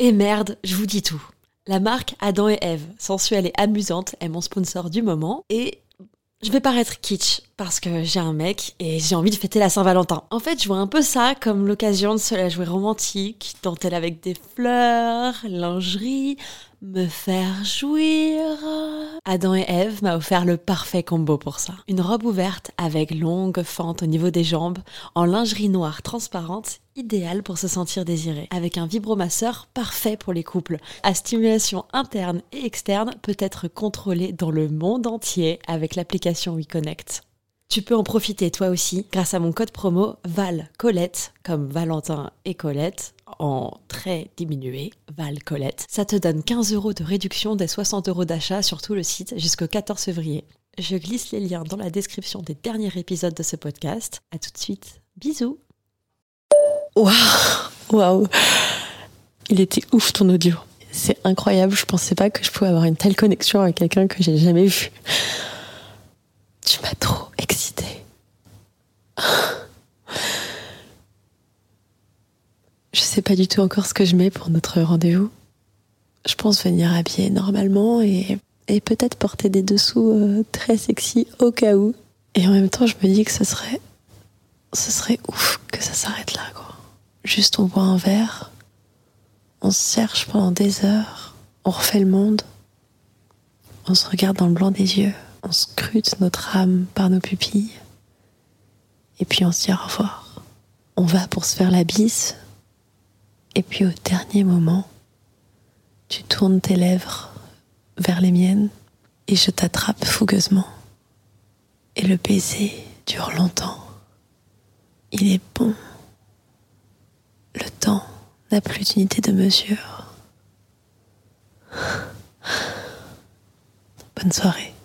Et merde, je vous dis tout. La marque Adam et Ève, sensuelle et amusante, est mon sponsor du moment et je vais paraître kitsch parce que j'ai un mec et j'ai envie de fêter la Saint-Valentin. En fait, je vois un peu ça comme l'occasion de se la jouer romantique, dentelle avec des fleurs, lingerie, me faire jouir. Adam et Ève m'a offert le parfait combo pour ça. Une robe ouverte avec longue fente au niveau des jambes, en lingerie noire transparente, idéale pour se sentir désiré. Avec un vibromasseur parfait pour les couples. À stimulation interne et externe, peut être contrôlée dans le monde entier avec l'application WeConnect. Tu peux en profiter toi aussi grâce à mon code promo VALCOLETTE, comme Valentin et Colette, en très diminué, VALCOLETTE. Ça te donne 15 € de réduction des 60 € d'achat sur tout le site jusqu'au 14 février. Je glisse les liens dans la description des derniers épisodes de ce podcast. À tout de suite. Bisous. Waouh. Il était ouf ton audio. C'est incroyable, je pensais pas que je pouvais avoir une telle connexion avec quelqu'un que j'ai jamais vu. Tu m'as trop excitée. Je sais pas du tout encore ce que je mets pour notre rendez-vous. Je pense venir habillée normalement et peut-être porter des dessous très sexy au cas où. Et en même temps, je me dis que ce serait ouf que ça s'arrête là, quoi. Juste on boit un verre, on se cherche pendant des heures, on refait le monde, on se regarde dans le blanc des yeux, on scrute notre âme par nos pupilles, et puis on se dit au revoir. On va pour se faire la bise, et puis au dernier moment, tu tournes tes lèvres vers les miennes, et je t'attrape fougueusement. Et le baiser dure longtemps. Il est bon. Le temps n'a plus d'unité de mesure. Bonne soirée.